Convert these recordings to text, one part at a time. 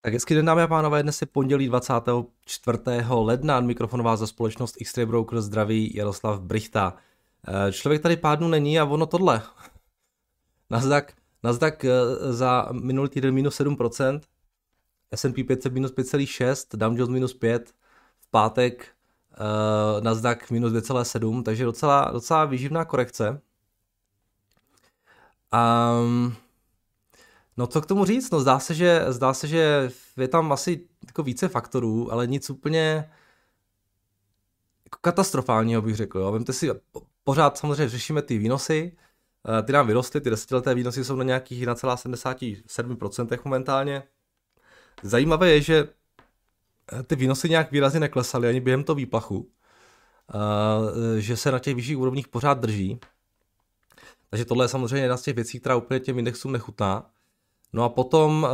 Tak hezky den, dámy a pánové, dnes je pondělí 24. ledna, mikrofonová za společnost X-Ray Broker zdraví Jaroslav Brychta. Člověk tady pár dnů není a ono tohle. Nasdaq za minulý týden minus 7%, S&P 500 minus 5,6%, Dow Jones minus 5%, v pátek Nasdaq minus 2,7%, takže docela výživná korekce. No co k tomu říct, no zdá se, že je tam asi jako více faktorů, ale nic úplně jako katastrofálního bych řekl. Jo. Vemte si, pořád samozřejmě řešíme ty výnosy, ty nám vyrostly, ty desetileté výnosy jsou na nějakých 1,77% momentálně. Zajímavé je, že ty výnosy nějak výrazně neklesaly ani během toho výplachu, že se na těch vyšších úrovních pořád drží. Takže tohle je samozřejmě jedna z těch věcí, která úplně těm indexům nechutná. No a potom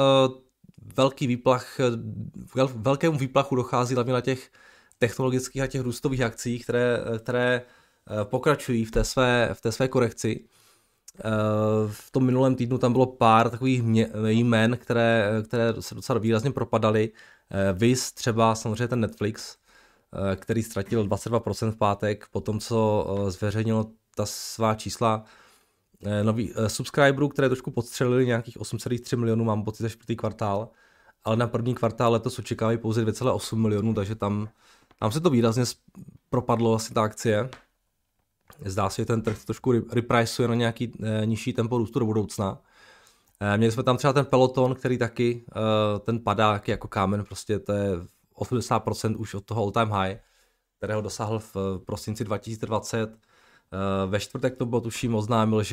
velkému výplachu dochází hlavně na těch technologických a těch růstových akcích, které pokračují v té své korekci. V tom minulém týdnu tam bylo pár takových jmen, které se docela výrazně propadaly. Viz třeba samozřejmě ten Netflix, který ztratil 22% v pátek, potom co zveřejnil ta svá čísla nový subscriberů, které trošku podstřelili nějakých 8,3 milionů, mám pocit, za čtvrtý kvartál, ale na první kvartál letos očekávají pouze 2,8 milionů, takže tam se to výrazně propadlo asi ta akcie. Zdá se, že ten trh trošku repriceuje na nějaký nižší tempo růstu do budoucna. Měli jsme tam třeba ten Peloton, který taky ten padá jako kámen, prostě to je 80% už od toho all time high, kterého dosáhl v prosinci 2020. Ve čtvrtek to bylo tuším oznámil,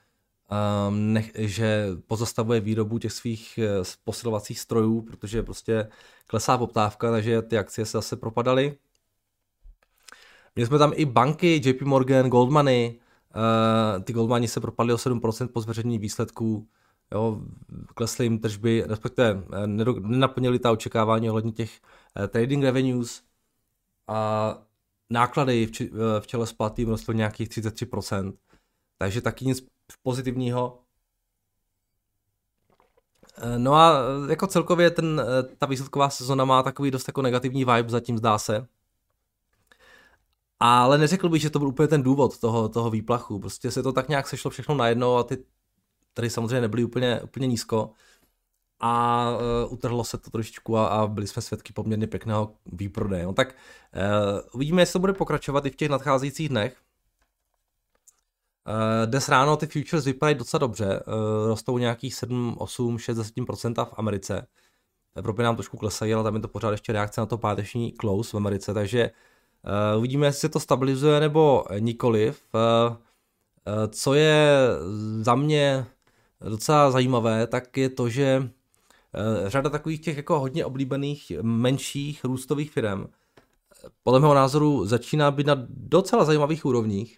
že pozastavuje výrobu těch svých posilovacích strojů, protože prostě klesá poptávka, takže ty akcie se zase propadaly. Měli jsme tam i banky, JP Morgan, Goldmany, ty Goldmany se propadly o 7% po zveřejnění výsledků, jo, klesly jim tržby, respektive nenaplnili ta očekávání ohledně těch trading revenues a náklady v čele s platým rostly nějakých 33%, takže taky nic pozitivního. No a jako celkově ta výsledková sezona má takový dost jako negativní vibe, zatím zdá se. Ale neřekl bych, že to byl úplně ten důvod toho výplachu, prostě se to tak nějak sešlo všechno najednou a ty tady samozřejmě nebyly úplně nízko. A utrhlo se to trošičku a byli jsme svědky poměrně pěkného výprodeje. No tak uvidíme, jestli to bude pokračovat i v těch nadcházejících dnech. Dnes ráno ty futures vypadají docela dobře, rostou nějakých 7, 8, 6, 10% v Americe. V Evropě nám trošku klesají, ale tam je to pořád ještě reakce na to páteční close v Americe, takže uvidíme, jestli se to stabilizuje nebo nikoliv. Co je za mě docela zajímavé, tak je to, že řada takových těch jako hodně oblíbených menších růstových firm podle mého názoru začíná být na docela zajímavých úrovních.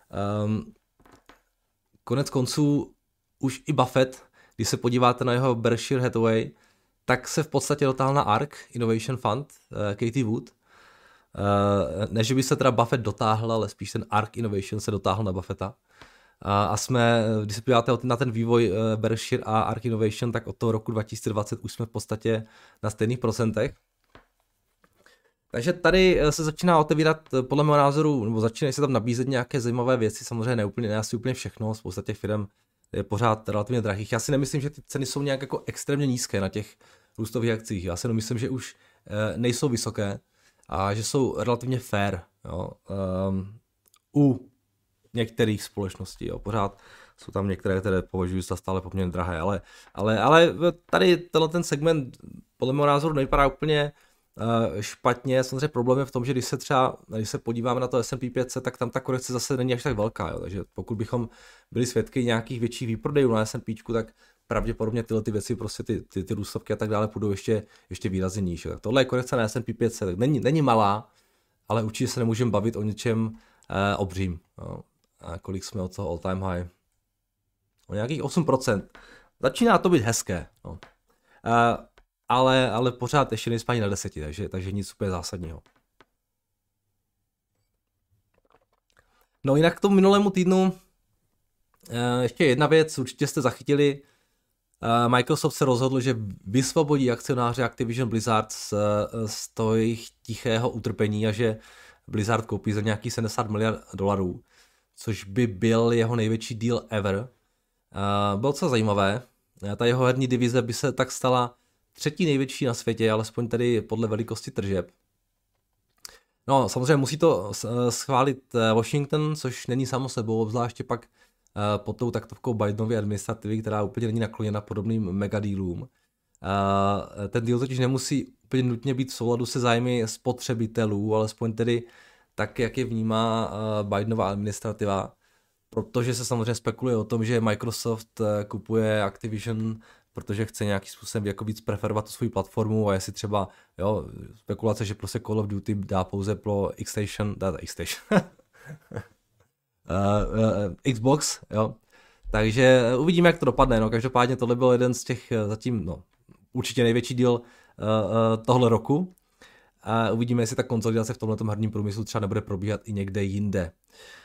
Konec konců už i Buffett, když se podíváte na jeho Berkshire Hathaway, tak se v podstatě dotáhl na ARK Innovation Fund, Katie Wood. Ne, že by se teda Buffett dotáhl, ale spíš ten ARK Innovation se dotáhl na Buffetta. A když se podíváte na ten vývoj Berkshire a ARK Innovation, tak od toho roku 2020 už jsme v podstatě na stejných procentech. Takže tady se začíná otevírat podle mého názoru, nebo začínají se tam nabízet nějaké zajímavé věci, samozřejmě ne asi úplně všechno, spousta těch firm je pořád relativně drahých. Já si nemyslím, že ty ceny jsou nějak jako extrémně nízké na těch růstových akcích. Já si nemyslím, že už nejsou vysoké a že jsou relativně fair, jo. U některých společností, jo. Pořád jsou tam některé, které považuji za stále poměrně drahé, ale tady ten segment podle mého názoru nevypadá úplně špatně. Samozřejmě problém je v tom, že když se podíváme na to S&P 500, tak tam ta korekce zase není až tak velká, jo. Takže pokud bychom byli svědky nějakých větších výprodejů na S&P, tak pravděpodobně tyhle ty věci, prostě ty růstovky a tak dále půjdou ještě výrazně níž. Tak tohle je korekce na S&P 500, tak není malá, ale určitě se nemůžeme bavit o něčem obřím. Jo. A kolik jsme od toho all time high? O nějakých 8%. Začíná to být hezké. No. Ale pořád ještě nejsme ani na 10, takže nic úplně zásadního. No jinak k tomu minulému týdnu ještě jedna věc, určitě jste zachytili Microsoft se rozhodl, že vysvobodí akcionáře Activision Blizzard z toho jejich tichého utrpení a že Blizzard koupí za nějaký 70 miliard dolarů, což by byl jeho největší deal ever. Bylo co zajímavé, ta jeho herní divize by se tak stala třetí největší na světě, alespoň tedy podle velikosti tržeb. No, samozřejmě musí to schválit Washington, což není samo sebou, obzvláště pak pod tou taktovkou Bidenovy administrativy, která úplně není nakloněna podobným megadílům. Ten deal totiž nemusí úplně nutně být v souladu se zájmy spotřebitelů, alespoň tedy tak, jak je vnímá Bidenova administrativa, protože se samozřejmě spekuluje o tom, že Microsoft kupuje Activision, protože chce nějakým způsobem jako víc preferovat tu svou platformu a jestli třeba, jo, spekulace, že prostě Call of Duty dá pouze pro Xbox, jo. Takže uvidíme, jak to dopadne, no. Každopádně tohle byl jeden z těch zatím, no, určitě největší deal tohle roku. A uvidíme, jestli ta konsolidace v tomhletom herním průmyslu třeba nebude probíhat i někde jinde.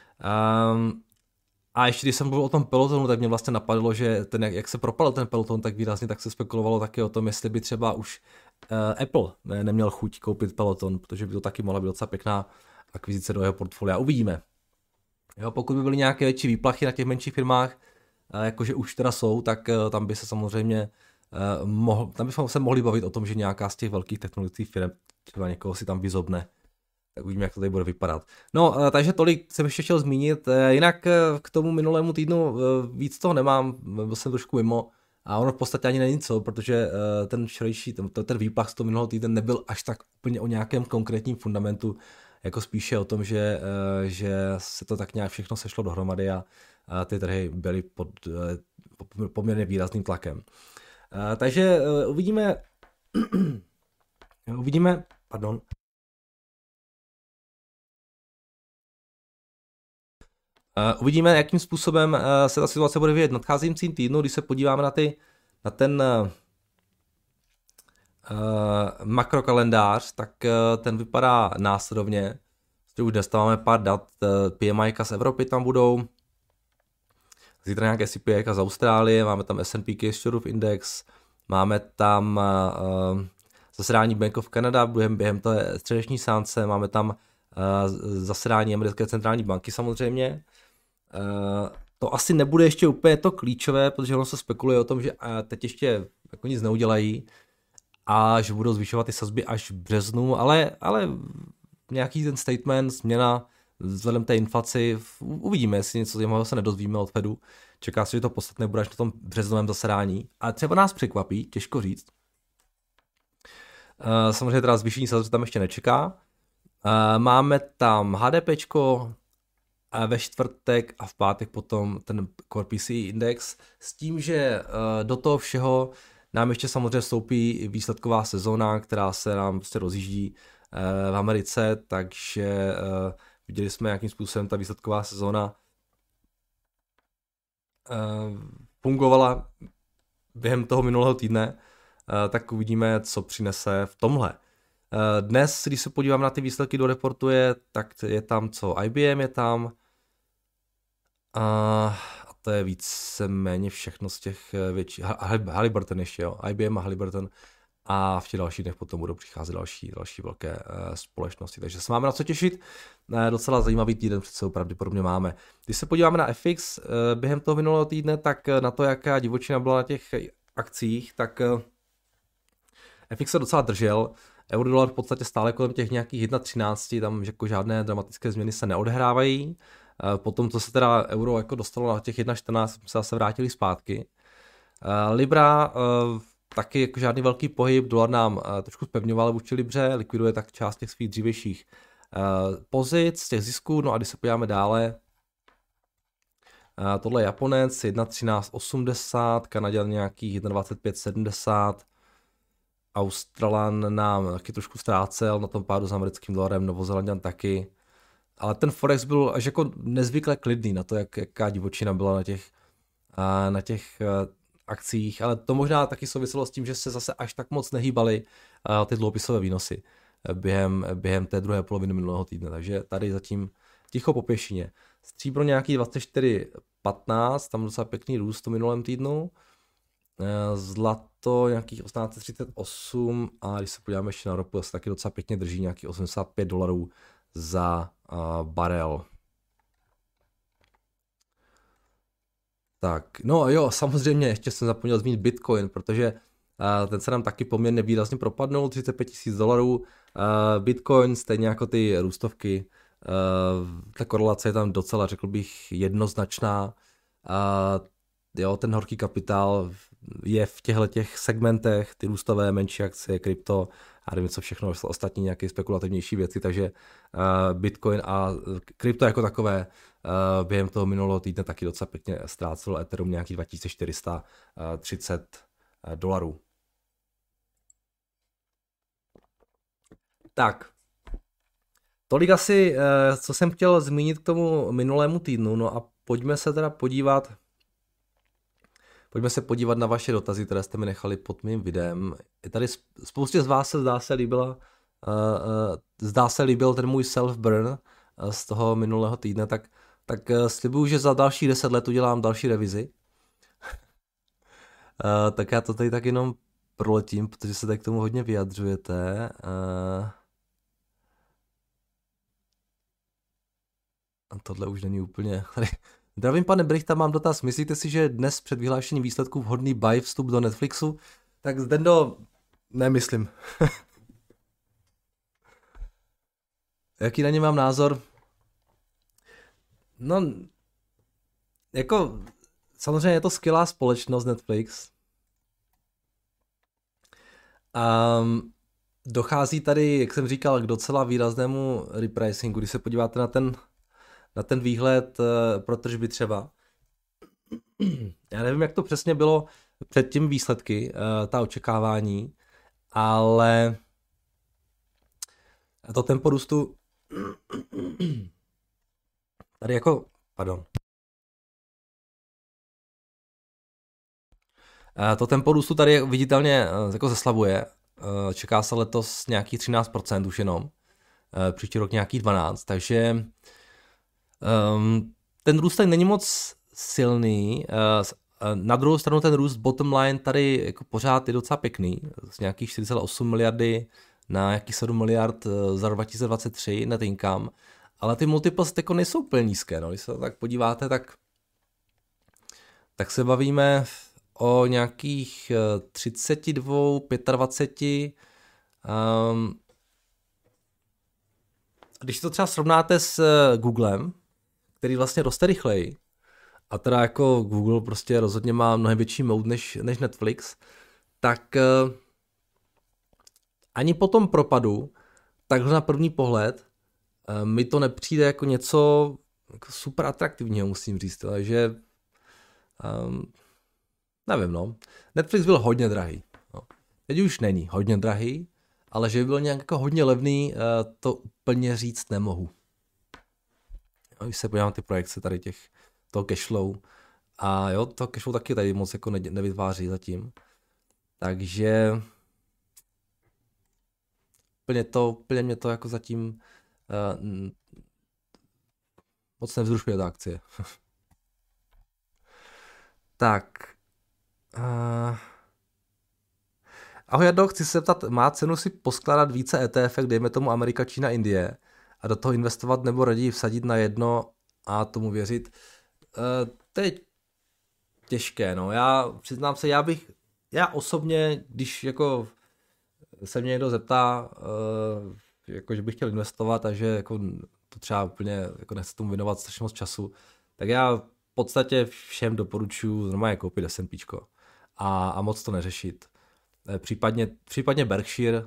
A ještě když jsem mluvil o tom Pelotonu, tak mě vlastně napadlo, že ten, jak se propadl ten Peloton tak výrazně, tak se spekulovalo taky o tom, jestli by třeba už Apple neměl chuť koupit Peloton, protože by to taky mohla být docela pěkná akvizice do jeho portfolia. Uvidíme. Jo, pokud by byly nějaké větší výplachy na těch menších firmách, jakože už teda jsou, tak tam by se samozřejmě tam bychom se mohli bavit o tom, že nějaká z těch velkých technologických firm třeba někoho si tam vyzobne. Tak uvidíme, jak to tady bude vypadat. No, takže tolik jsem ještě chtěl zmínit. Jinak k tomu minulému týdnu víc toho nemám, byl jsem trošku mimo a ono v podstatě ani není co, protože ten včerejší, ten výplach z toho minulého týdne nebyl až tak úplně o nějakém konkrétním fundamentu, jako spíše o tom, že se to tak nějak všechno sešlo dohromady a ty trhy byly pod poměrně výrazným tlakem. Takže uvidíme, pardon. Uvidíme, jakým způsobem se ta situace bude vyvíjet v nadcházejícím týdnu, když se podíváme na ten makrokalendář, tak ten vypadá následovně. Už dnes tam máme pár dat, PMI z Evropy tam budou, zítra nějaké CPI z Austrálie, máme tam S&P Case-Shurův index, máme tam zasedání Bank of Canada během té středeční sánce, máme tam zasedání americké centrální banky samozřejmě. To asi nebude ještě úplně to klíčové, protože ono se spekuluje o tom, že teď ještě jako nic neudělají a že budou zvyšovat ty sazby až v březnu, ale nějaký ten statement, změna vzhledem té inflaci, uvidíme, jestli něco zajímavého se nedozvíme od Fedu. Čeká se, že to podstatné bude až na tom březnovém zasedání a třeba nás překvapí, těžko říct. Samozřejmě teda zvýšení sazby tam ještě nečeká. Máme tam HDPčko ve čtvrtek a v pátek potom ten Core PCE index s tím, že do toho všeho nám ještě samozřejmě vstoupí výsledková sezóna, která se nám prostě rozjíždí v Americe, takže viděli jsme, jakým způsobem ta výsledková sezóna fungovala během toho minulého týdne, tak uvidíme, co přinese v tomhle. Dnes, když se podívám na ty výsledky do reportuje, tak je tam co? IBM je tam a to je víceméně všechno z těch větších. Halliburton ještě, jo. IBM a Halliburton a v těch dalších dnech potom budou přicházet další velké společnosti. Takže se máme na co těšit. Docela zajímavý týden před sebou pravděpodobně máme. Když se podíváme na FX během toho minulého týdne, tak na to, jaká divočina byla na těch akcích, tak FX se docela držel. Eurodolar v podstatě stále kolem těch nějakých 1,13, tam jako žádné dramatické změny se neodehrávají. Potom, co se teda euro jako dostalo na těch 1,14, se zase vrátili zpátky. Libra taky jako žádný velký pohyb, dolar nám trošku zpevňoval vůči Libře, likviduje tak část těch svých dřívějších pozic, těch zisků, no a když se podíváme dále, tohle je Japonec, 1,1380, Kanaďan nějakých 1,2570, Australan nám taky trošku ztrácel na tom pádu s americkým dolarem, Novozélanďan taky. Ale ten Forex byl až jako nezvykle klidný na to, jaká divočina byla na těch akcích, ale to možná taky souviselo s tím, že se zase až tak moc nehýbaly ty dluhopisové výnosy během té druhé poloviny minulého týdne. Takže tady zatím ticho po pěšině. Stříbro nějaký 24,15, tam docela pěkný růst v minulém týdnu. Zlato nějakých 1838 a když se podíváme ještě na ropu, se taky docela pěkně drží nějakých $85 za barel. Tak, no jo, samozřejmě ještě jsem zapomněl zmínit Bitcoin, protože ten se nám taky poměrně výrazně propadnul, $35,000. Bitcoin, stejně jako ty růstovky, ta korelace je tam docela, řekl bych, jednoznačná. Jo, ten horký kapitál je v těchto těch segmentech, ty růstové, menší akcie, krypto a nevím co všechno, ostatní nějaké spekulativnější věci, takže Bitcoin a krypto jako takové během toho minulého týdne taky docela pěkně ztrácelo, Ethereum nějaký $2430. Tak, tolik asi, co jsem chtěl zmínit k tomu minulému týdnu, no a pojďme se podívat na vaše dotazy, které jste mi nechali pod mým videem. Je tady spoustě z vás se zdá se líbil ten můj self-burn z toho minulého týdne, tak slibuju, že za další 10 let udělám další revizi. Tak já to tady tak jenom proletím, protože se tady k tomu hodně vyjadřujete. A tohle už není úplně... Zdravím, pane Brichta, mám dotaz. Myslíte si, že dnes před vyhlášením výsledků vhodný buy vstup do Netflixu? Tak Zdendo, nemyslím. Jaký na ně mám názor? No, jako, samozřejmě je to skvělá společnost Netflix. Dochází tady, jak jsem říkal, k docela výraznému repricingu, když se podíváte na ten výhled pro tržby třeba. Já nevím, jak to přesně bylo před tím výsledky, ta očekávání, ale to tempo růstu tady jako, pardon. To tempo růstu tady viditelně jako zeslavuje. Čeká se letos nějakých 13% už jenom. Příští rok nějakých 12%, takže ten růst tady není moc silný. Na druhou stranu ten růst bottom line tady jako pořád je docela pěkný. Z nějakých 4,8 miliardy na nějakých 7 miliard za 2023 net income. Ale ty multiples jako nejsou úplně nízké. No. Když se tak podíváte, tak se bavíme o nějakých 32, 25. Když to třeba srovnáte s Googlem, který vlastně roste rychleji, a teda jako Google prostě rozhodně má mnohem větší moat než Netflix, tak ani po tom propadu, takhle na první pohled, mi to nepřijde jako něco jako super atraktivního, musím říct, takže nevím, no. Netflix byl hodně drahý. No. Teď už není hodně drahý, ale že by byl nějak jako hodně levný, to úplně říct nemohu. Když se podívám na ty projekce tady toho cashflow, a jo, to cashflow taky tady moc jako nevytváří zatím. Takže úplně mě to jako zatím moc nevzrušuje ta akcie. Tak. Ahoj Jardo, chci se zeptat, má cenu si poskládat více ETF, dejme tomu Amerika, Čína, Indie, a do toho investovat nebo raději vsadit na jedno a tomu věřit? To je těžké, no. Já přiznám se, já osobně, když jako se mě někdo zeptá, jako že bych chtěl investovat a že jako to třeba úplně jako nechci tomu věnovat strašně moc času, tak já v podstatě všem doporučuji normálně koupit S&Pčko a moc to neřešit. Případně Berkshire.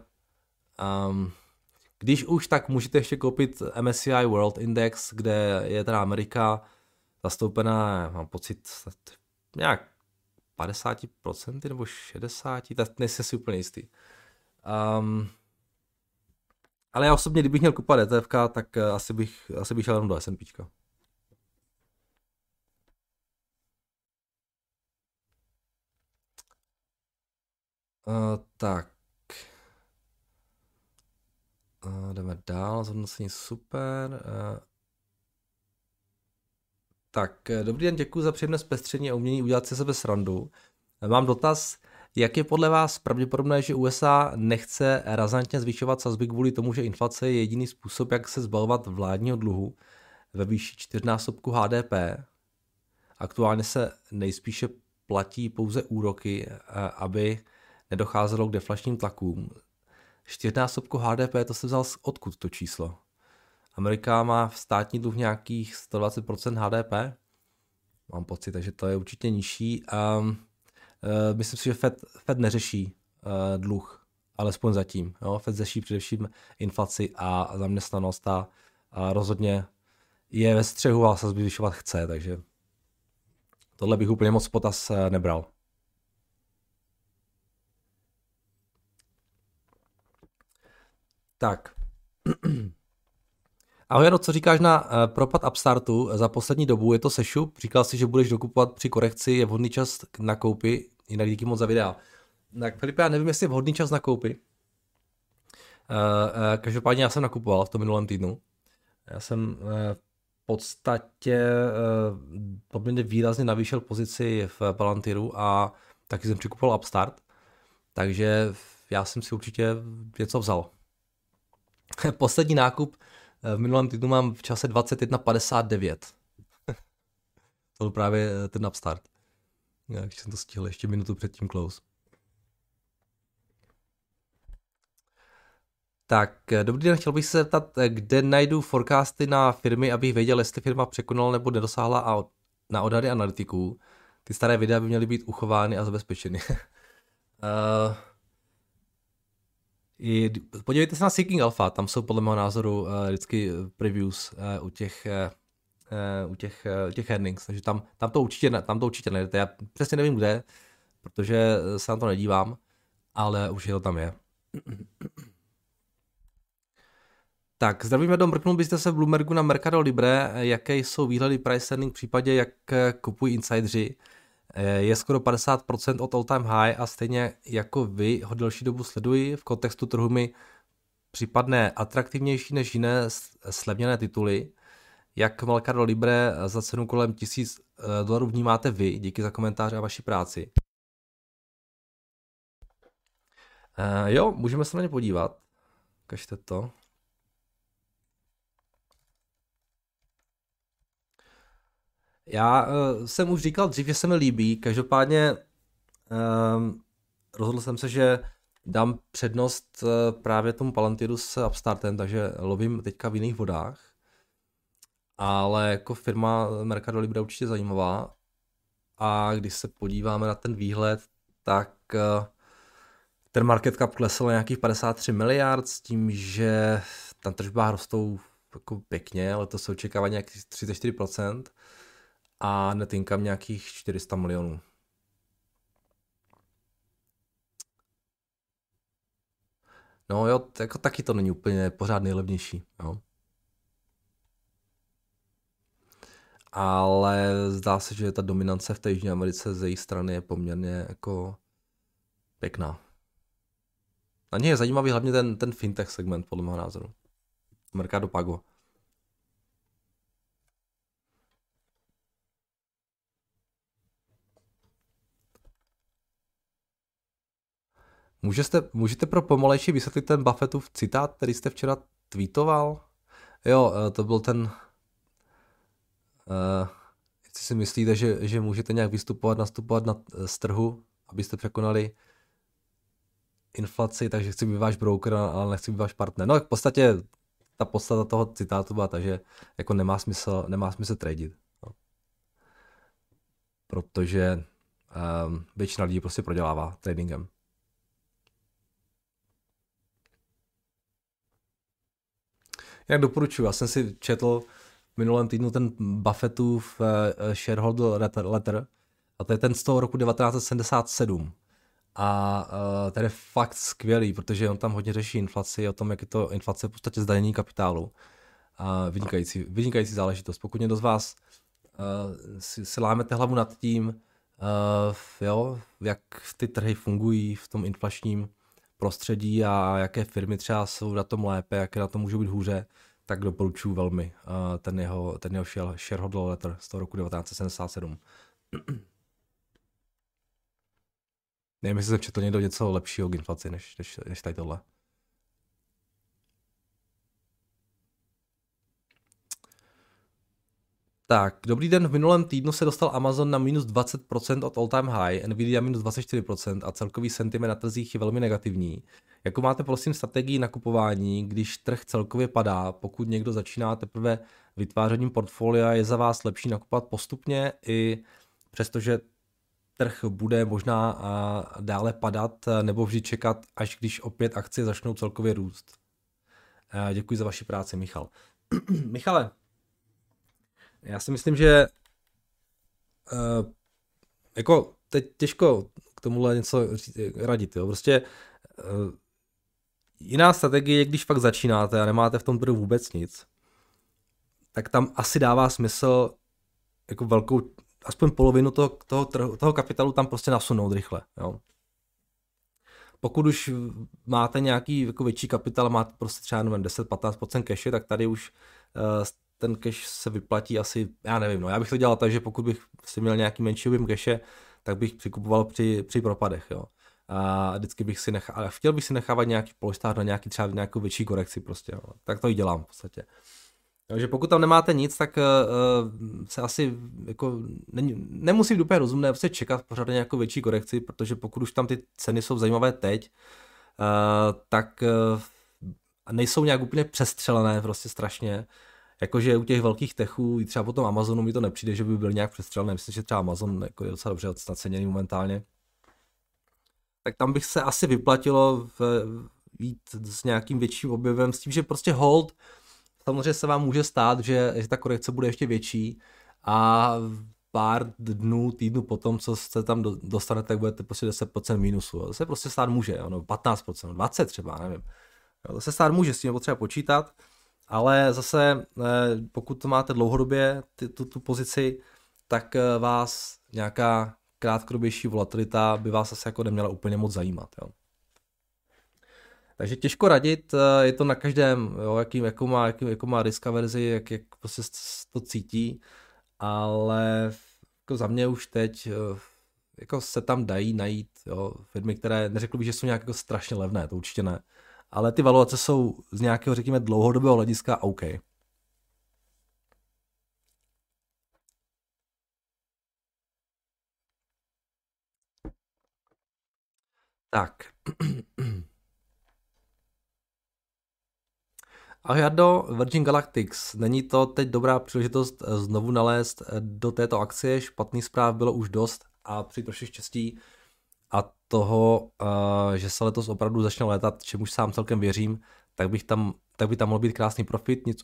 Když už, tak můžete ještě koupit MSCI World Index, kde je teda Amerika zastoupená, mám pocit, nějak 50% nebo 60%, tak nejsem si úplně jistý. Ale já osobně, kdybych měl kupovat ETF, tak asi bych šel jenom do S&Pčka. Tak. Jdeme dál, zhodnocení super. Tak, dobrý den, děkuji za příjemné zpestření a umění udělat si sebe srandu. Mám dotaz, jak je podle vás pravděpodobné, že USA nechce razantně zvyšovat sazby kvůli tomu, že inflace je jediný způsob, jak se zbavovat vládního dluhu ve výši 4násobku HDP. Aktuálně se nejspíše platí pouze úroky, aby nedocházelo k deflačním tlakům. 4násobku HDP, to se vzal odkud to číslo? Amerika má v státní dluh nějakých 120% HDP? Mám pocit, takže to je určitě nižší. Myslím si, že Fed neřeší dluh, alespoň zatím. Jo? Fed řeší především inflaci a zaměstnanost a rozhodně je ve střehu a sazby zvyšovat chce, takže tohle bych úplně moc potaz nebral. Tak. Ahoj Jano, co říkáš na propad Upstartu za poslední dobu? Je to sešup? Říkal jsi, že budeš dokupovat při korekci, je vhodný čas na koupi, jinak díky moc za videa. Tak Filipe, já nevím, jestli je vhodný čas na koupi. Každopádně já jsem nakupoval v tom minulém týdnu. Já jsem v podstatě poměrně výrazně navýšil pozici v Palantiru a taky jsem přikupoval Upstart. Takže já jsem si určitě něco vzal. Poslední nákup v minulém týdnu mám v čase 21:59. To byl právě ten Upstart. Jak jsem to stihl ještě minutu před tím close. Tak, dobrý den, chtěl bych se zeptat, kde najdu forecasty na firmy, abych věděl, jestli firma překonala nebo nedosáhla na odhady analytiků. Ty staré videa by měly být uchovány a zabezpečeny. Podívejte se na Seeking Alpha, tam jsou podle mého názoru vždycky previews u těch earnings, takže tam to určitě najdete. Já přesně nevím kde, protože se na to nedívám, ale určitě to tam je. Tak, zdravíme, mrknul byste se v Bloombergu na Mercado Libre, jaké jsou výhledy price earning v případě, jak kupují insidři. Je skoro 50% od all time high a stejně jako vy ho delší dobu sleduji. V kontextu trhu mi připadne atraktivnější než jiné slevněné tituly. Jak Mercado Libre za cenu kolem $1000 vnímáte vy? Díky za komentáře a vaši práci. Jo, můžeme se na ně podívat. Ukažte to. Já jsem už říkal dřív, že se mi líbí, každopádně rozhodl jsem se, že dám přednost právě tomu Palantiru s Upstartem, takže lovím teďka v jiných vodách, ale jako firma Mercado Libre určitě zajímavá a když se podíváme na ten výhled, tak ten market cap klesl na nějakých 53 miliard s tím, že tam tržba rostou jako pěkně, ale to se očekává nějakých 34%. A net income nějakých 400 milionů. No jo, jako taky to není úplně pořád nejlevnější. Jo. Ale zdá se, že ta dominance v té Jižní Americe z její strany je poměrně jako pěkná. Na něj je zajímavý hlavně ten fintech segment, podle mého názoru. Mercado Pago. Můžete pro pomalejší vysvětlit ten Buffettův citát, který jste včera tweetoval? Jo, to byl ten... jestli si myslíte, že můžete nějak nastupovat z trhu, abyste překonali inflaci, takže chci být váš broker, ale nechci být váš partner. No, v podstatě ta podstata toho citátu byla ta, že jako nemá smysl tradit. No. Protože většina lidí prostě prodělává tradingem. Jak doporučuji, já jsem si četl v minulém týdnu ten Buffettův shareholder letter a to je ten z toho roku 1977. A ten je fakt skvělý, protože on tam hodně řeší inflaci, o tom, jak je to inflace v podstatě zdanění kapitálu. Vynikající záležitost. Pokud někdo z vás si lámete hlavu nad tím, jo, jak ty trhy fungují v tom inflačním prostředí a jaké firmy třeba jsou na tom lépe, jaké na tom můžou být hůře, tak doporučuji velmi ten jeho shareholder letter z toho roku 1977. Nevím, jestli jsem četl někdo něco lepšího k inflaci, než tady tohle. Tak, dobrý den, v minulém týdnu se dostal Amazon na minus 20% od all time high, Nvidia minus 24% a celkový sentiment na trzích je velmi negativní. Jakou máte prosím strategii nakupování, když trh celkově padá, pokud někdo začíná teprve vytvářením portfolia, je za vás lepší nakupovat postupně i přestože trh bude možná dále padat, nebo vždy čekat, až když opět akcie začnou celkově růst? Děkuji za vaši práci, Michal. Michale, já si myslím, že jako teď těžko k tomuhle něco radit. Jo. Prostě jiná strategie je, když fakt začínáte a nemáte v tom trhu vůbec nic, tak tam asi dává smysl jako velkou, aspoň polovinu toho kapitálu tam prostě nasunout rychle. Jo. Pokud už máte nějaký jako větší kapitál, máte prostě třeba 10-15% cache, tak tady už ten cash se vyplatí asi, já nevím, no já bych to dělal tak, že pokud bych si měl nějaký menší objem cache, tak bych přikupoval při propadech, jo. A vždycky bych si nechal, chtěl bych si nechávat nějaký polštář na třeba nějakou větší korekci prostě, jo. Tak to i dělám v podstatě. Takže pokud tam nemáte nic, tak se asi jako nemusí být úplně rozumné prostě čekat pořád nějakou větší korekci, protože pokud už tam ty ceny jsou zajímavé teď, tak nejsou nějak úplně přestřelené prostě strašně. Jakože u těch velkých techů, třeba po tom Amazonu mi to nepřijde, že by byl nějak přestřelený. Myslím, že třeba Amazon jako je docela dobře naceněný momentálně. Tak tam bych se asi vyplatilo jít s nějakým větším objevem, s tím, že prostě hold, samozřejmě se vám může stát, že ta korekce bude ještě větší a pár dnů, týdnů potom, co se tam dostanete, tak budete prostě 10% mínusu. To se prostě stát může, no 15%, 20% třeba, nevím. To se stát může, s tím potřeba počítat. Ale zase, pokud to máte dlouhodobě, tu pozici, tak vás nějaká krátkodobější volatilita by vás asi jako neměla úplně moc zajímat. Jo. Takže těžko radit, je to na každém, jo, jakou má risk averzi, jak prostě to cítí, ale jako za mě už teď jako se tam dají najít jo, firmy, které neřekl bych, že jsou nějak jako strašně levné, to určitě ne. Ale ty valuace jsou z nějakého, řekněme, dlouhodobého hlediska OK. Tak. Ahoj Jardo, Virgin Galactics. Není to teď dobrá příležitost znovu nalézt do této akcie? Špatný zpráv bylo už dost a při troši štěstí a toho, že se letos opravdu začne létat, čemuž sám celkem věřím, tak by tam mohl být krásný profit, nic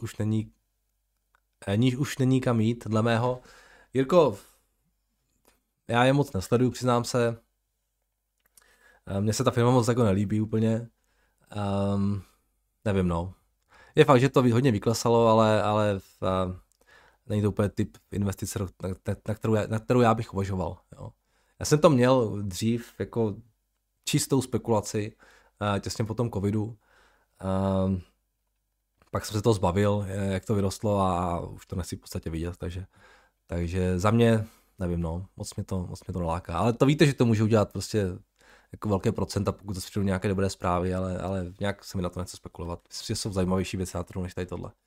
už není kam jít, dle mého. Jirko, já je moc nesleduju, přiznám se. Mně se ta firma moc jako nelíbí úplně. Nevím, no. Je fakt, že to hodně vyklesalo, ale není to úplně typ investice, na kterou já bych uvažoval. Jo. Já jsem to měl dřív jako čistou spekulaci, těsně po tom covidu. Pak jsem se toho zbavil, jak to vyrostlo a už to nechci v podstatě vidět, takže za mě, nevím, no, moc mě to naláká. Ale to víte, že to může udělat prostě jako velké procenta, pokud to přijdu nějaké dobré zprávy, ale nějak se mi na to nechce spekulovat. Myslím, že jsou zajímavější věci na trhu, než tady tohle.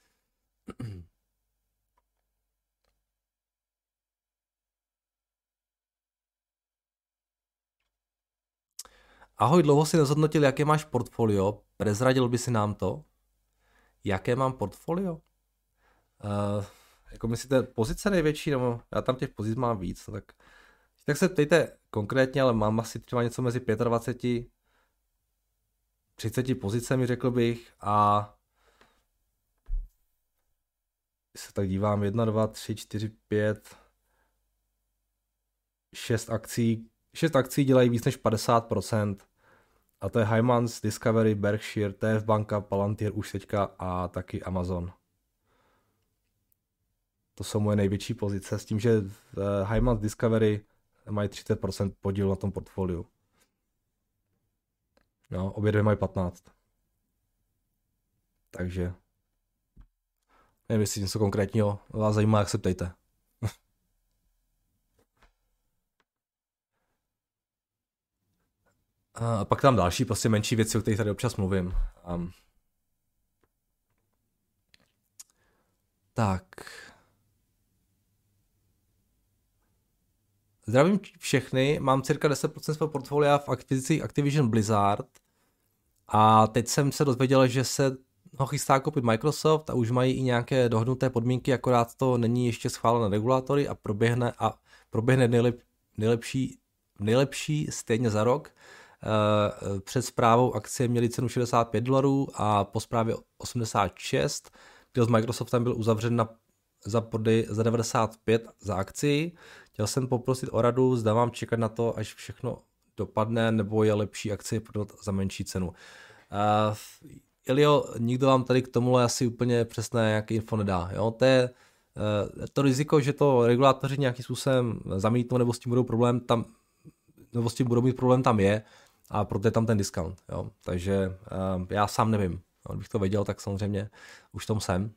Ahoj, dlouho si nezhodnotil, jaké máš portfolio, prezradil by si nám to? Jaké mám portfolio? Jako myslíte pozice největší, nebo já tam těch pozic mám víc, no tak se ptejte konkrétně, ale mám asi třeba něco mezi 25, 30 pozicemi, řekl bych, a když se tak dívám, 1, 2, 3, 4, 5, 6 akcí, 6 akcí dělají víc než 50%, a to je Heijmans, Discovery, Berkshire, TF Banka, Palantir už teďka a taky Amazon. To jsou moje největší pozice, s tím, že Heijmans, Discovery mají 30% podíl na tom portfoliu. No, obě dvě mají 15. Takže nevím, jestli něco konkrétního vás zajímá, jak se ptejte. A pak tam další prostě menší věci, o kterých tady občas mluvím. Tak. Zdravím všechny, mám cirka 10% svého portfolia v akvizicích Activision Blizzard a teď jsem se dozvěděl, že se ho chystá koupit Microsoft a už mají i nějaké dohodnuté podmínky, akorát to není ještě schváleno regulátory a proběhne nejlepší stejně za rok. Před zprávou akcie měly cenu $65 a po zprávě 86. Deal s Microsoftem byl uzavřen za prodej za 95 za akci. Chtěl jsem poprosit o radu, zda mám čekat na to, až všechno dopadne, nebo je lepší akcie prodat za menší cenu. Ilio, nikdo vám tady k tomuhle asi úplně přesné nějaké info nedá. Jo? To je to riziko, že to regulátoři nějakým způsobem zamítnou, nebo s tím budou mít problém tam je, a proto je tam ten discount. Jo? Takže já sám nevím. Kdybych to věděl, tak samozřejmě už tom jsem.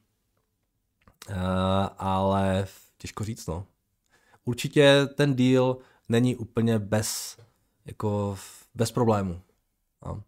Ale těžko říct, no. Určitě ten deal není úplně bez problému. No.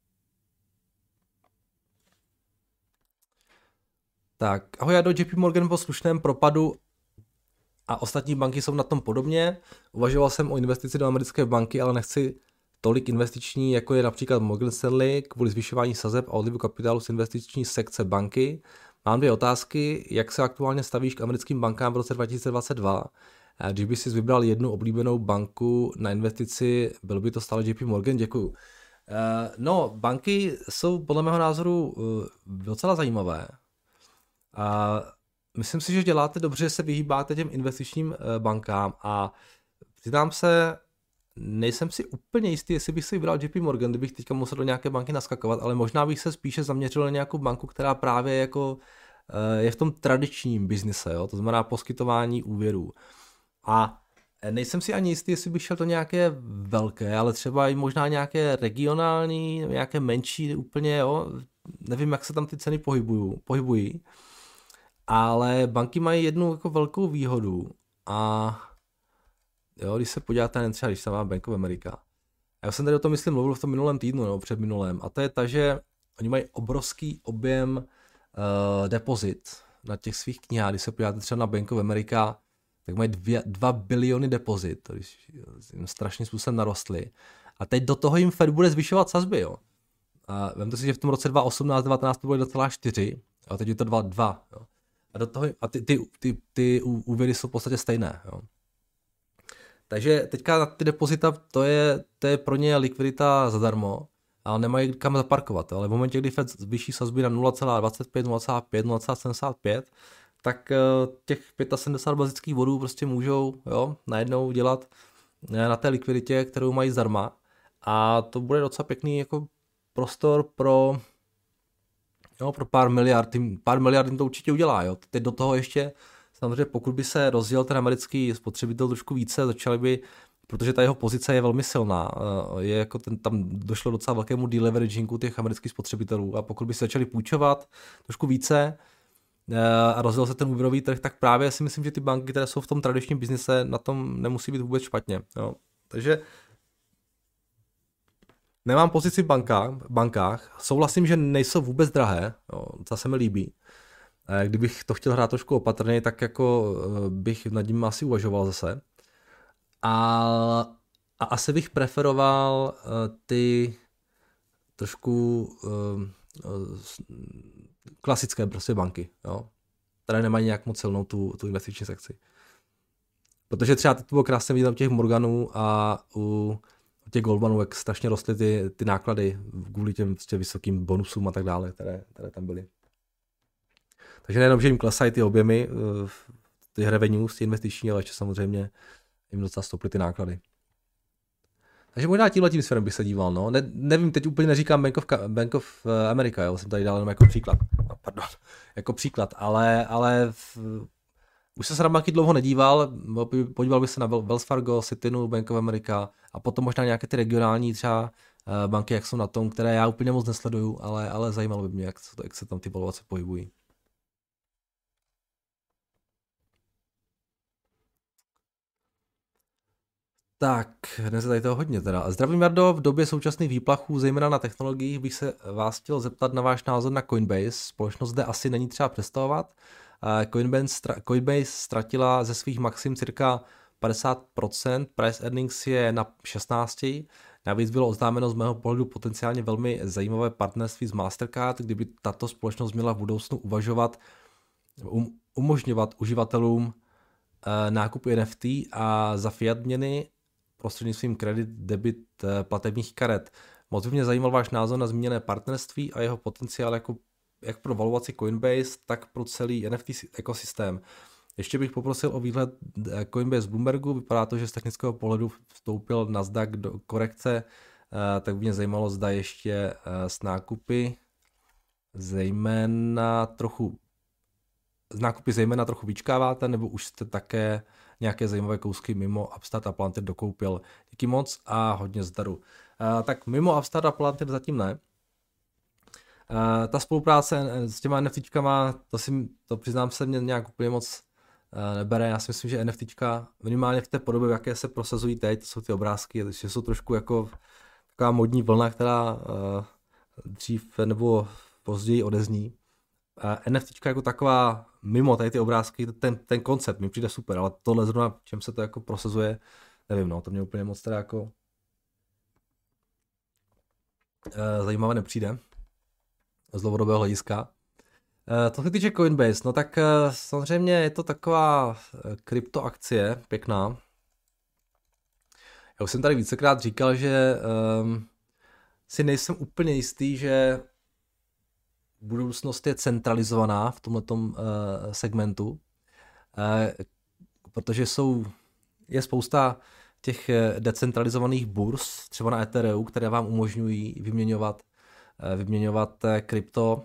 Tak, ahoj, já do JP Morgan po slušném propadu a ostatní banky jsou na tom podobně. Uvažoval jsem o investici do americké banky, ale nechci tolik investiční, jako je například Morgan Stanley, kvůli zvyšování sazeb a odlivu kapitálu z investiční sekce banky. Mám 2 otázky. Jak se aktuálně stavíš k americkým bankám v roce 2022? Když bys si vybral jednu oblíbenou banku na investici, byl by to stále JP Morgan? Děkuju. No, banky jsou podle mého názoru docela zajímavé. Myslím si, že děláte dobře, že se vyhýbáte těm investičním bankám a přiznám se, nejsem si úplně jistý, jestli bych si vybral JP Morgan, kdybych teďka musel do nějaké banky naskakovat, ale možná bych se spíše zaměřil na nějakou banku, která právě jako je v tom tradičním biznise, jo? To znamená poskytování úvěrů. A nejsem si ani jistý, jestli bych šel do nějaké velké, ale třeba i možná nějaké regionální, nějaké menší úplně, jo? Nevím, jak se tam ty ceny pohybují, ale banky mají jednu jako velkou výhodu a jo, když se podíváte, třeba když se má Bank of America. Já jsem tady o tom mluvil v tom minulém týdnu, nebo předminulém, a to je ta, že oni mají obrovský objem depozit na těch svých knihách. Když se podíváte třeba na Bank of America, tak mají 2 biliony depozit, když jim strašným způsobem narostly. A teď do toho jim Fed bude zvyšovat sazby, jo. A vemte si, že v tom roce 2018-2019 to bylo 2,4, a teď je to 2,2, jo. A do toho, a ty úvěry jsou v podstatě stejné, jo. Takže teďka na ty depozita, to je pro ně likvidita zadarmo, ale nemají kam zaparkovat. Ale v momentě, kdy Fed zvýší sazby na 0,25, 0,5, 0,75, tak těch 75 bazických bodů prostě můžou najednou dělat na té likviditě, kterou mají zdarma. A to bude docela pěkný jako prostor pro pár miliard. Pár miliard jim to určitě udělá. Jo. Teď do toho ještě samozřejmě, pokud by se rozjel ten americký spotřebitel trošku více, začali by, protože ta jeho pozice je velmi silná, je jako tam došlo docela velkému deleveragingu těch amerických spotřebitelů, a pokud by se začali půjčovat trošku více a rozjel se ten úvěrový trh, tak právě si myslím, že ty banky, které jsou v tom tradičním biznise, na tom nemusí být vůbec špatně. Jo. Takže nemám pozici v bankách, souhlasím, že nejsou vůbec drahé, to se mi líbí. Kdybych to chtěl hrát trošku opatrně, tak jako bych nad ním asi uvažoval zase. A asi bych preferoval ty trošku klasické prostě banky, jo, které nemají nějak moc silnou tu investiční sekci. Protože třeba teď bylo krásně vidět těch Morganů a u těch Goldmanů, jak strašně rostly ty náklady kvůli těm prostě vysokým bonusům a tak dále, které tam byly. Takže nejenom, že jim klesají ty objemy, ty revenues, ty investiční, ale ještě samozřejmě jim docela stouply ty náklady. Takže možná tímhletím směrem bych se díval, no. Nevím, teď úplně neříkám Bank of America, jo, jsem tady dal jenom jako příklad. Jako příklad, ale už jsem se na banky dlouho nedíval, podíval bych se na Wells Fargo, Citinu, Bank of America a potom možná nějaké ty regionální třeba banky, jak jsou na tom, které já úplně moc nesleduju, ale zajímalo by mě, jak se tam ty valuace pohybují. Tak, dnes je tady toho hodně teda. Zdravím, Jardo, v době současných výplachů, zejména na technologiích, bych se vás chtěl zeptat na váš názor na Coinbase. Společnost zde asi není třeba představovat. Coinbase ztratila ze svých maxim cirka 50%, price earnings je na 16. Navíc bylo oznámeno z mého pohledu potenciálně velmi zajímavé partnerství s Mastercard, kdyby tato společnost měla v budoucnu umožňovat uživatelům nákup NFT a za fiat měny prostřednictvím kredit, debit, platebních karet. Moc by mě zajímal váš názor na zmíněné partnerství a jeho potenciál jak pro valuaci Coinbase, tak pro celý NFT ekosystém. Ještě bych poprosil o výhled Coinbase z Bloombergu. Vypadá to, že z technického pohledu vstoupil Nasdaq do korekce, tak by mě zajímalo, zda ještě s nákupy zejména trochu vyčkáváte, nebo už jste také nějaké zajímavé kousky mimo Upstart a Planted dokoupil. Díky moc a hodně zdaru. Tak mimo Upstart a Planted zatím ne. Ta spolupráce s těma NFTčkama, to přiznám se, mě nějak úplně moc nebere. Já si myslím, že NFTčka minimálně v té podobě, v jaké se prosazují teď, to jsou ty obrázky, že jsou trošku jako taková modní vlna, která dřív nebo později odezní. NFTčka jako taková, mimo tady ty obrázky, ten koncept mi přijde super, ale tohle zrovna, čem se to jako prosazuje, nevím, no, to mě úplně moc teda jako zajímavé nepřijde z dlouhodobého hlediska. To se týče Coinbase, no tak samozřejmě je to taková kryptoakcie, pěkná. Já už jsem tady vícekrát říkal, že si nejsem úplně jistý, že budoucnost je centralizovaná v tomhletom segmentu, protože je spousta těch decentralizovaných burz, třeba na Ethereum, které vám umožňují vyměňovat krypto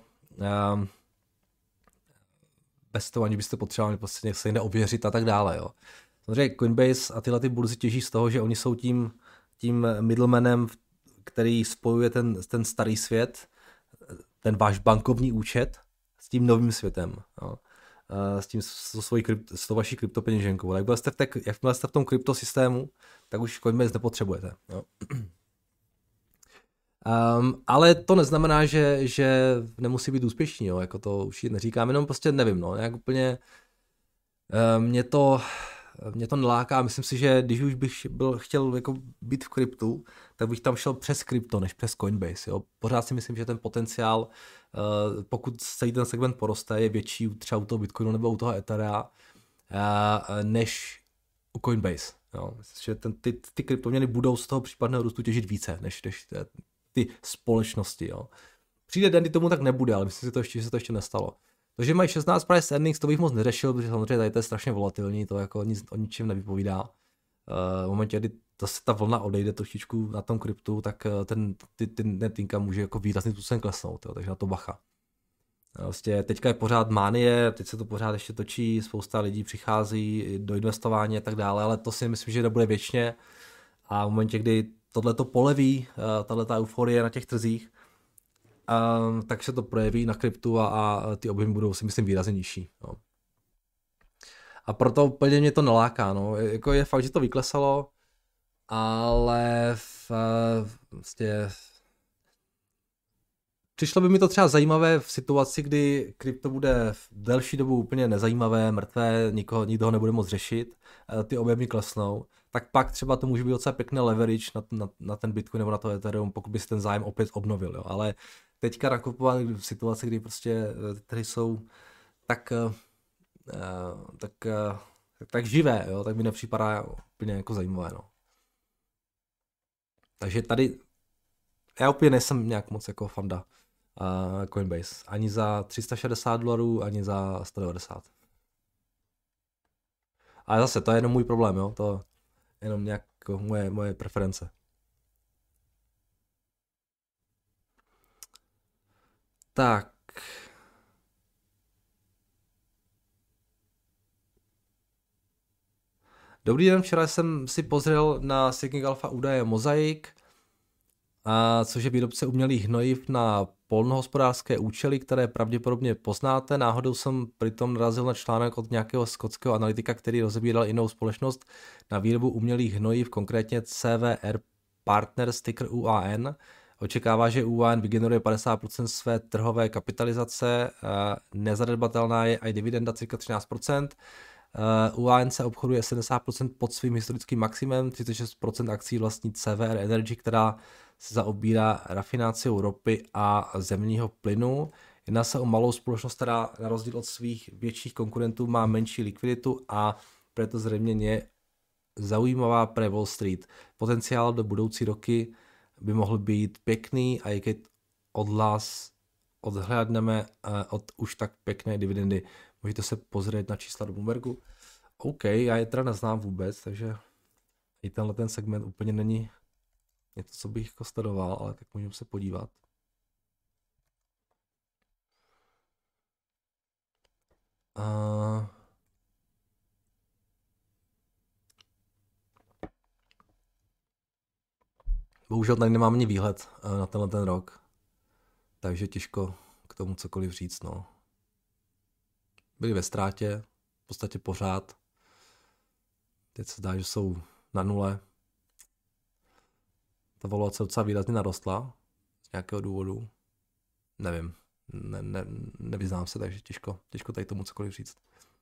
bez toho, ani byste potřebovali prostě se jinde ověřit a tak dále. Jo. Samozřejmě Coinbase a tyhle ty burzy těží z toho, že oni jsou tím middlemanem, který spojuje ten starý svět, ten váš bankovní účet s tím novým světem. Jo. S tou vaší kryptopeněženkou. Ale jakmile jste v tom kryptosystému, tak už Coinbase nepotřebujete. Jo. Ale to neznamená, že nemusí být úspěšný, jo. Jako to už neříkám, jenom prostě nevím, no, jak úplně mě to neláká. Myslím si, že když už bych chtěl jako být v kryptu, tak bych tam šel přes krypto, než přes Coinbase. Jo. Pořád si myslím, že ten potenciál, pokud celý ten segment poroste, je větší třeba u toho Bitcoinu nebo u toho Ethera, než u Coinbase. Jo. Myslím, že ty kryptoměny budou z toho případného růstu těžit více, než ty společnosti. Jo. Přijde den, kdy tomu tak nebude, ale myslím si, že se to ještě nestalo. To, že mají 16 price earnings, to bych moc neřešil, protože samozřejmě tady to je strašně volatilní, to jako o ničem nevypovídá. V momentě, kdy ta vlna odejde trošičku na tom kryptu, tak ten net income může jako výrazným způsobem klesnout, jo, takže na to bacha. Vlastně teďka je pořád mánie, teď se to pořád ještě točí, spousta lidí přichází do investování a tak dále, ale to si myslím, že nebude věčně. A v momentě, kdy tohleto poleví, tato euforie na těch trzích, tak se to projeví na kryptu a ty objemy budou, si myslím, výrazně nižší. No. A proto úplně mě to naláká. No. Jako je fakt, že to vyklesalo, ale vlastně přišlo by mi to třeba zajímavé v situaci, kdy krypto bude v delší dobu úplně nezajímavé, mrtvé, nikdo ho nebude moc řešit, ty objemy klesnou, tak pak třeba to může být docela pěkné leverage na ten Bitcoin nebo na to Ethereum, pokud by se ten zájem opět obnovil. Jo. Ale teďka nakupovat v situaci, kdy prostě tady jsou tak živé, jo, tak mi nepřipadá úplně jako zajímavé. No. Takže tady já úplně nejsem nějak moc jako fanda Coinbase. Ani za $360, ani za 190. Ale zase, to je jenom můj problém, jo. To je jenom nějak jako moje preference. Tak. Dobrý den, včera jsem si pozrel na Seeking Alpha údaje Mosaic, což je výrobce umělých hnojiv na polnohospodářské účely, které pravděpodobně poznáte. Náhodou jsem přitom narazil na článek od nějakého skotského analytika, který rozebíral jinou společnost na výrobu umělých hnojiv, konkrétně CVR Partners, ticker UAN. Očekává, že UAN vygeneruje 50% své trhové kapitalizace, nezanedbatelná je i dividenda cirka 13%. UAN se obchoduje 70% pod svým historickým maximem, 36% akcí vlastní CVR Energy, která se zaobírá rafináciou ropy a zemního plynu. Jedná se o malou společnost, která na rozdíl od svých větších konkurentů má menší likviditu a proto zřejmě je zaujímavá pre Wall Street. Potenciál do budoucí roky by mohl být pěkný a jak odhlédneme od už tak pěkné dividendy. Můžete se pozrieť na čísla do Bloombergu. OK, já je teda neznám vůbec, takže i tenhle ten segment úplně není něco, co bych jako sledoval, ale tak můžeme se podívat. Bohužel tady nemám ani výhled na tenhle ten rok, takže těžko k tomu cokoliv říct, no. Byli ve ztrátě, v podstatě pořád. Teď se zdá, že jsou na nule. Ta valuace docela výrazně narostla z nějakého důvodu. Nevím, nevyznám se, takže těžko tady tomu cokoliv říct.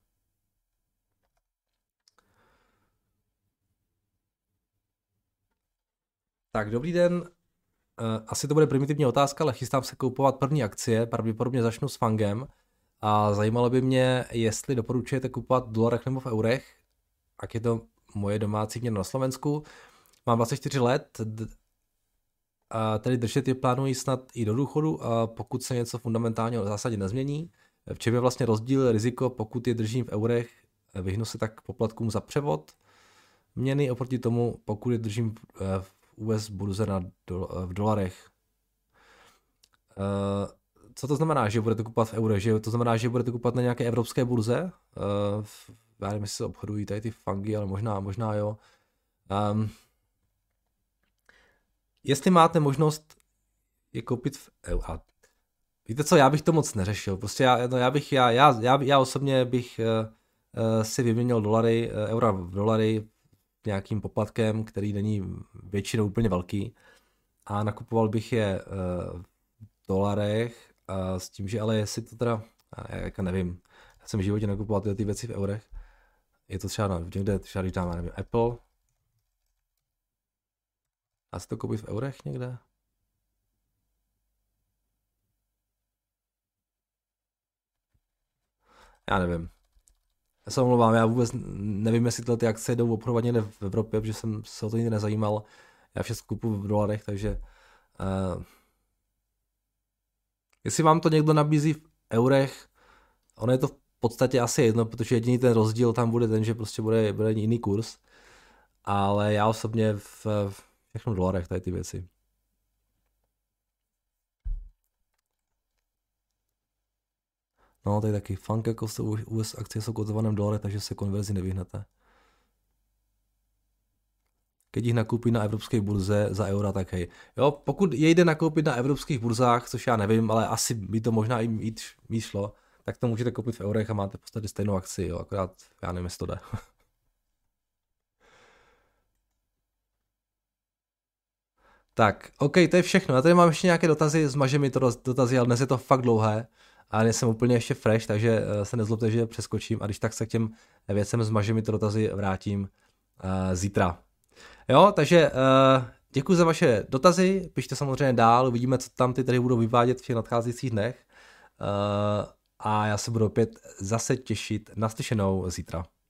Tak, dobrý den. Asi to bude primitivní otázka, ale chystám se koupovat první akcie, pravděpodobně začnu s Fangem. A zajímalo by mě, jestli doporučujete kupovat v dolarech nebo v eurech, jak je to moje domácí měna na Slovensku. Mám 24 let, a tedy držet je plánuji snad i do důchodu, a pokud se něco fundamentálně v zásadě nezmění. V čem je vlastně rozdíl, riziko, pokud je držím v eurech, vyhnu se tak poplatkům za převod měny, oproti tomu, pokud je držím v US burze v dolarech. Co to znamená, že budete kupovat v eurech? Že to znamená, že budete kupovat na nějaké evropské burze? Já nevím, jestli se obchodují tady ty fangy, ale možná jo. Jestli máte možnost je koupit v eurech. Víte co, já bych to moc neřešil. Prostě já osobně bych si vyměnil eura v dolary nějakým poplatkem, který není většinou úplně velký, a nakupoval bych je v dolarech, s tím, že ale jestli to teda, já nevím, já jsem v životě nakupoval ty věci v eurech, je to třeba někde, třeba když dám, nevím, Apple, dá se to koupit v eurech někde? Já nevím. Já se omlouvám, já vůbec nevím, jestli tyhle ty akcie jdou obchodovat někde v Evropě, protože jsem se o to nikdy nezajímal. Já všechno kupuju v dolarech, takže jestli vám to někdo nabízí v eurech, ono je to v podstatě asi jedno, protože jediný ten rozdíl tam bude ten, že prostě bude jiný kurz, ale já osobně v všechno v dolarech tady ty věci. No, tady taky funk, jako US akcie jsou kotované v dolarech, takže se konverzi nevyhnete. Když jich nakoupí na evropské burze za eura, tak hej. Jo, pokud je jde nakoupit na evropských burzách, což já nevím, ale asi by to možná i mít šlo, tak to můžete koupit v eurech a máte v podstatě stejnou akci, jo, akorát já nevím, jestli to jde. Tak, OK, to je všechno. Já tady mám ještě nějaké dotazy, zmažem mi to dotazy, ale dnes je to fakt dlouhé a nejsem úplně ještě fresh, takže se nezlobte, že přeskočím a když tak se k těm věcem zmažem mi to dotazy vrátím zítra. Jo, takže děkuji za vaše dotazy, pište samozřejmě dál, uvidíme, co tam ty tady budou vyvádět v těch nadcházejících dnech a já se budu opět zase těšit na slyšenou zítra.